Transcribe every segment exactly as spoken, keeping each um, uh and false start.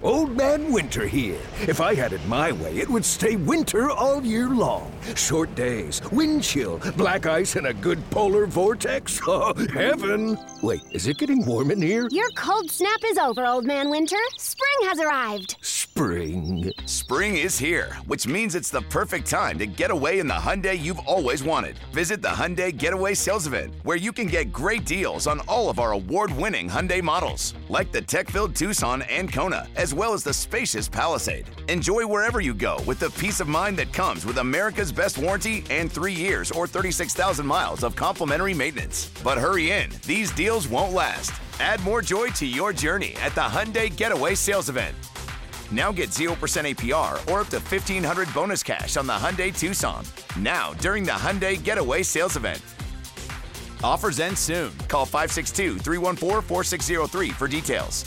Old Man Winter here. If I had it my way, it would stay winter all year long. Short days, wind chill, black ice, and a good polar vortex. Oh, heaven! Wait, is it getting warm in here? Your cold snap is over, Old Man Winter. Spring has arrived. Spring. Spring is here, which means it's the perfect time to get away in the Hyundai you've always wanted. Visit the Hyundai Getaway Sales Event, where you can get great deals on all of our award-winning Hyundai models, like the tech-filled Tucson and Kona, as well as the spacious Palisade. Enjoy wherever you go with the peace of mind that comes with America's best warranty and three years or thirty-six thousand miles of complimentary maintenance. But hurry in, these deals won't last. Add more joy to your journey at the Hyundai Getaway Sales Event. Now get zero percent A P R or up to fifteen hundred dollars bonus cash on the Hyundai Tucson. Now, during the Hyundai Getaway Sales Event. Offers end soon. Call five six two, three one four, four six zero three for details.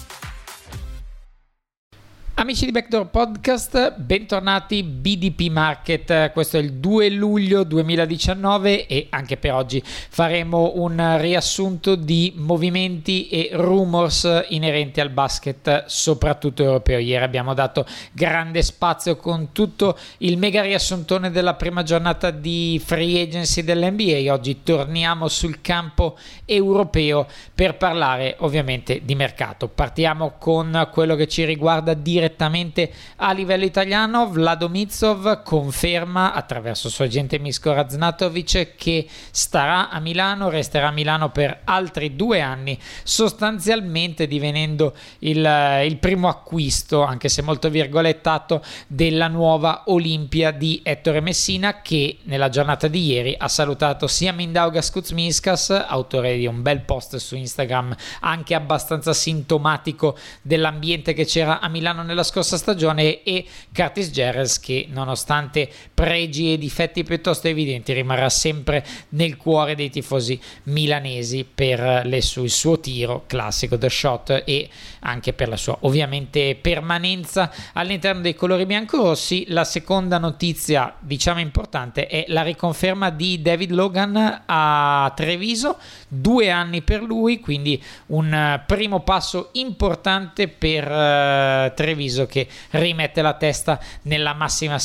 Amici di Backdoor Podcast, bentornati. B D P Market, questo è il due luglio duemiladiciannove e anche per oggi faremo un riassunto di movimenti e rumors inerenti al basket, soprattutto europeo. Ieri abbiamo dato grande spazio con tutto il mega riassuntone della prima giornata di free agency dell'N B A. Oggi torniamo sul campo europeo per parlare ovviamente di mercato. Partiamo con quello che ci riguarda direttamente Direttamente a livello italiano. Vlado Mitsov conferma attraverso il suo agente Misko Raznatovic che starà a Milano, resterà a Milano per altri due anni, sostanzialmente divenendo il, il primo acquisto, anche se molto virgolettato, della nuova Olimpia di Ettore Messina, che nella giornata di ieri ha salutato sia Mindaugas Kuzminskas, autore di un bel post su Instagram anche abbastanza sintomatico dell'ambiente che c'era a Milano nella scorsa stagione, e Curtis Jerez, che nonostante pregi e difetti piuttosto evidenti rimarrà sempre nel cuore dei tifosi milanesi per le su- il suo tiro classico, the shot, e anche per la sua ovviamente permanenza all'interno dei colori biancorossi. La seconda notizia, diciamo importante, è la riconferma di David Logan a Treviso, due anni per lui, quindi un primo passo importante per uh, Treviso, che rimette la testa nella massima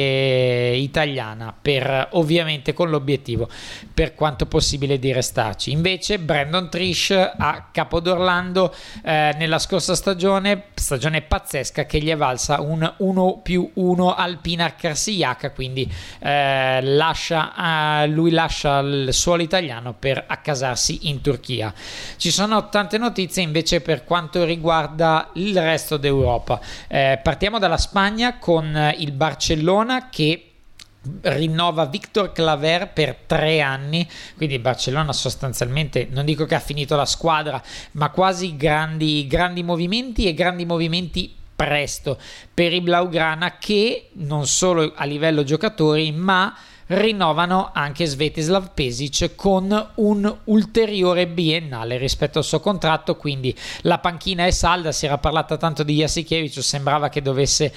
serie italiana, per ovviamente con l'obiettivo per quanto possibile di restarci. Invece Brandon Trish a Capodorlando eh, nella scorsa stagione, stagione pazzesca che gli è valsa un uno più uno al Pinar Karsiaka, quindi eh, lascia, eh, lui lascia il suolo italiano per accasarsi in Turchia. Ci sono tante notizie invece per quanto riguarda il resto d'Europa. Eh, partiamo dalla Spagna con il Barcellona che rinnova Victor Claver per tre anni, quindi il Barcellona sostanzialmente, non dico che ha finito la squadra, ma quasi grandi, grandi movimenti e grandi movimenti presto per i Blaugrana, che non solo a livello giocatori ma rinnovano anche Svetislav Pesic con un ulteriore biennale rispetto al suo contratto, quindi la panchina è salda. Si era parlata tanto di Jasikevic, sembrava che dovesse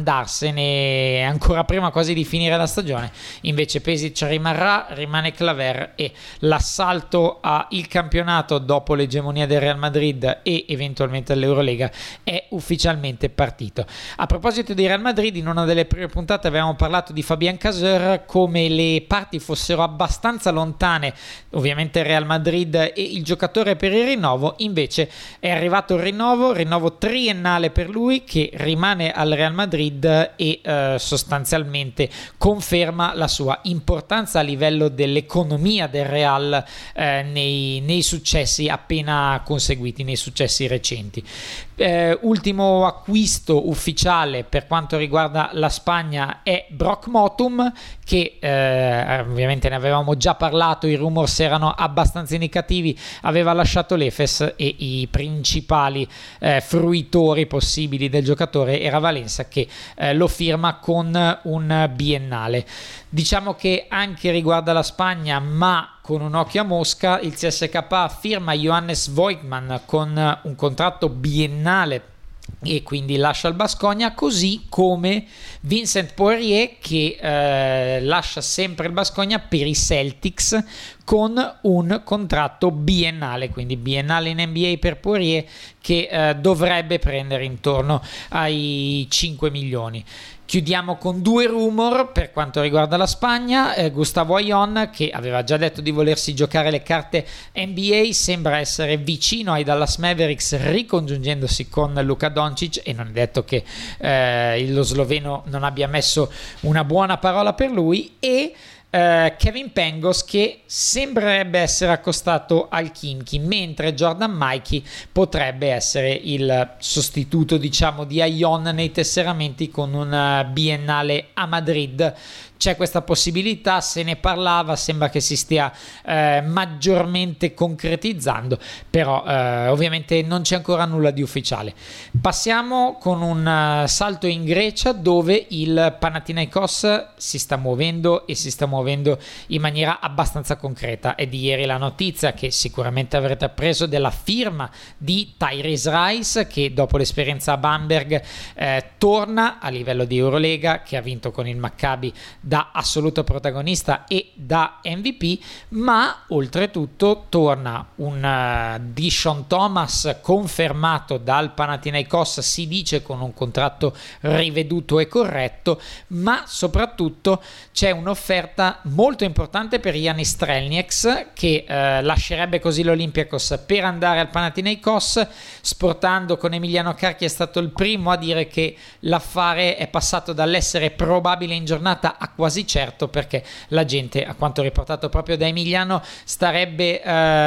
andarsene ancora prima quasi di finire la stagione, invece Pesic rimarrà, rimane Claver, e l'assalto al campionato dopo l'egemonia del Real Madrid e eventualmente all'Eurolega è ufficialmente partito. A proposito di Real Madrid, in una delle prime puntate avevamo parlato di Fabien Caser, come le parti fossero abbastanza lontane, ovviamente Real Madrid e il giocatore, per il rinnovo. Invece è arrivato il rinnovo, rinnovo triennale per lui, che rimane al Real Madrid e eh, sostanzialmente conferma la sua importanza a livello dell'economia del Real eh, nei, nei successi appena conseguiti, nei successi recenti. Eh, ultimo acquisto ufficiale per quanto riguarda la Spagna è Brock Motum, che eh, ovviamente ne avevamo già parlato, i rumors erano abbastanza indicativi, aveva lasciato l'Efes e i principali eh, fruitori possibili del giocatore era Valencia, che eh, lo firma con un biennale. Diciamo che anche riguarda la Spagna, ma con un occhio a Mosca, il C S K A firma Johannes Voigtman con un contratto biennale e quindi lascia il Baskonia, così come Vincent Poirier che eh, lascia sempre il Baskonia per i Celtics con un contratto biennale, quindi biennale in N B A per Poirier, che eh, dovrebbe prendere intorno ai cinque milioni. Chiudiamo con due rumor per quanto riguarda la Spagna. eh, Gustavo Ayón, che aveva già detto di volersi giocare le carte N B A, sembra essere vicino ai Dallas Mavericks, ricongiungendosi con Luka Doncic, e non è detto che eh, lo sloveno non abbia messo una buona parola per lui. E Uh, Kevin Pangos, che sembrerebbe essere accostato al Khimki, mentre Jordan Mikey potrebbe essere il sostituto, diciamo, di Ayón nei tesseramenti con un biennale a Madrid. C'è questa possibilità, se ne parlava, sembra che si stia eh, maggiormente concretizzando, però eh, ovviamente non c'è ancora nulla di ufficiale. Passiamo con un uh, salto in Grecia, dove il Panathinaikos si sta muovendo e si sta muovendo in maniera abbastanza concreta. È di ieri la notizia, che sicuramente avrete appreso, della firma di Tyrese Rice, che dopo l'esperienza a Bamberg eh, torna a livello di Eurolega, che ha vinto con il Maccabi da assoluto protagonista e da M V P, ma oltretutto torna un uh, Dishon Thomas confermato dal Panathinaikos, si dice con un contratto riveduto e corretto, ma soprattutto c'è un'offerta molto importante per Giannis Strelnieks, che uh, lascerebbe così l'Olympiakos per andare al Panathinaikos. Sportando con Emiliano Carchi è stato il primo a dire che l'affare è passato dall'essere probabile in giornata a quasi certo, perché la gente, a quanto riportato proprio da Emiliano, starebbe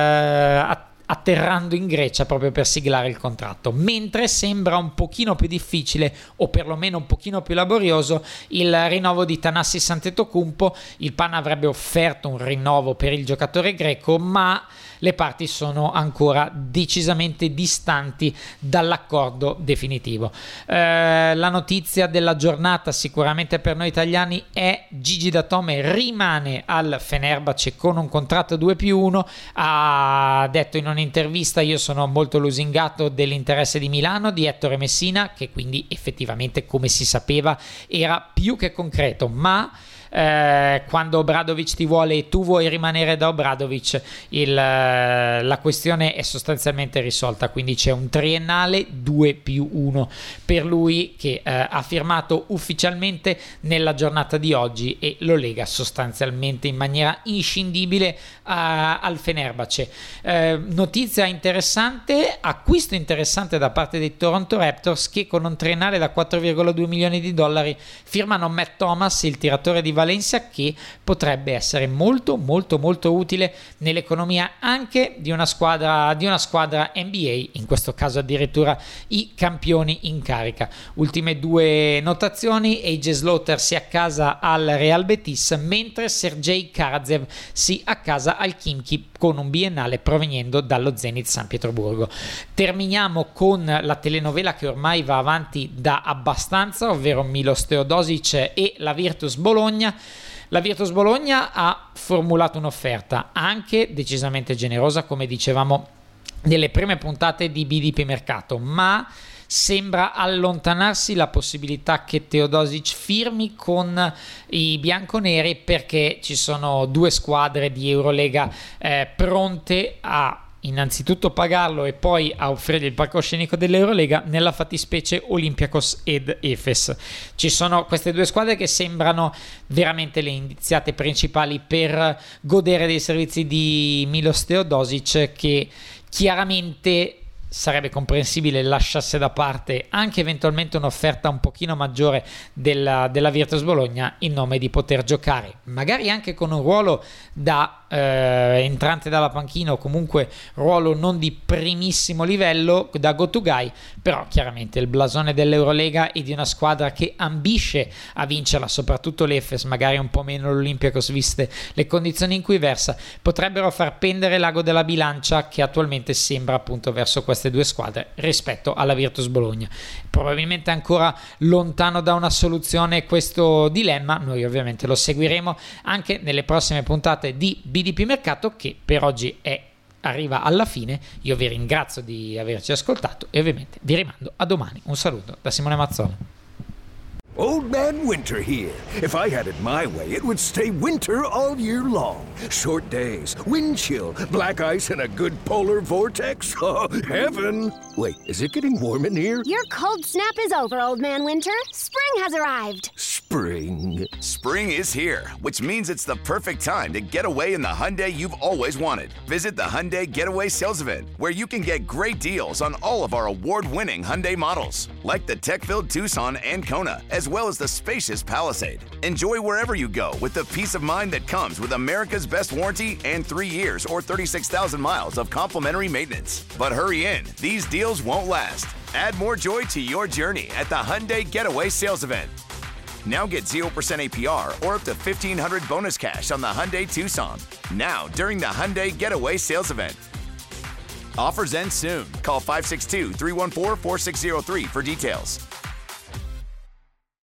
eh, atterrando in Grecia proprio per siglare il contratto, mentre sembra un pochino più difficile, o perlomeno un pochino più laborioso, il rinnovo di Thanassis Antetokounmpo. Il Pan avrebbe offerto un rinnovo per il giocatore greco, ma le parti sono ancora decisamente distanti dall'accordo definitivo. Eh, la notizia della giornata sicuramente per noi italiani è Gigi Datome rimane al Fenerbahce con un contratto due più uno. Ha detto in un'intervista: io sono molto lusingato dell'interesse di Milano, di Ettore Messina, che quindi effettivamente, come si sapeva, era più che concreto, ma Eh, quando Obradovic ti vuole e tu vuoi rimanere da Obradovic, il, la questione è sostanzialmente risolta, quindi c'è un triennale due più uno per lui, che eh, ha firmato ufficialmente nella giornata di oggi e lo lega sostanzialmente in maniera inscindibile a, al Fenerbahce. Eh, notizia interessante, acquisto interessante da parte dei Toronto Raptors, che con un triennale da quattro virgola due milioni di dollari firmano Matt Thomas, il tiratore di Valencia, che potrebbe essere molto molto molto utile nell'economia anche di una squadra di una squadra N B A, in questo caso addirittura i campioni in carica. Ultime due notazioni: A J Slaughter si accasa al Real Betis, mentre Sergei Karadzev si accasa al Khimki con un biennale proveniendo dallo Zenit San Pietroburgo. Terminiamo con la telenovela che ormai va avanti da abbastanza, ovvero Milos Teodosic e la Virtus Bologna. La Virtus Bologna ha formulato un'offerta anche decisamente generosa, come dicevamo nelle prime puntate di B D P Mercato, ma sembra allontanarsi la possibilità che Teodosic firmi con i bianconeri, perché ci sono due squadre di Eurolega eh, pronte a innanzitutto pagarlo e poi a offrire il palcoscenico dell'Eurolega, nella fattispecie Olympiakos ed Efes. Ci sono queste due squadre che sembrano veramente le indiziate principali per godere dei servizi di Milos Teodosic, che chiaramente sarebbe comprensibile lasciasse da parte anche eventualmente un'offerta un pochino maggiore della, della Virtus Bologna in nome di poter giocare magari anche con un ruolo da eh, entrante dalla panchina, o comunque ruolo non di primissimo livello da go to guy. Però chiaramente il blasone dell'Eurolega e di una squadra che ambisce a vincerla, soprattutto l'Efes, magari un po' meno l'Olympiakos viste le condizioni in cui versa, potrebbero far pendere l'ago della bilancia, che attualmente sembra appunto verso queste due squadre rispetto alla Virtus Bologna. Probabilmente ancora lontano da una soluzione questo dilemma. Noi ovviamente lo seguiremo anche nelle prossime puntate di B D P Mercato, che per oggi è arriva alla fine. Io vi ringrazio di averci ascoltato e ovviamente vi rimando a domani. Un saluto da Simone Mazzola. Old Man Winter here. If I had it my way, it would stay winter all year long. Short days, wind chill, black ice, and a good polar vortex. Oh, heaven! Wait, is it getting warm in here? Your cold snap is over, Old Man Winter. Spring has arrived. Spring. Spring is here, which means it's the perfect time to get away in the Hyundai you've always wanted. Visit the Hyundai Getaway Sales Event, where you can get great deals on all of our award-winning Hyundai models, like the tech-filled Tucson and Kona, as well as the spacious Palisade. Enjoy wherever you go with the peace of mind that comes with America's best warranty and three years or thirty-six thousand miles of complimentary maintenance. But hurry in, these deals won't last. Add more joy to your journey at the Hyundai Getaway Sales Event. Now get zero percent A P R or up to fifteen hundred dollars bonus cash on the Hyundai Tucson. Now, during the Hyundai Getaway Sales Event. Offers end soon. Call five six two, three one four, four six zero three for details.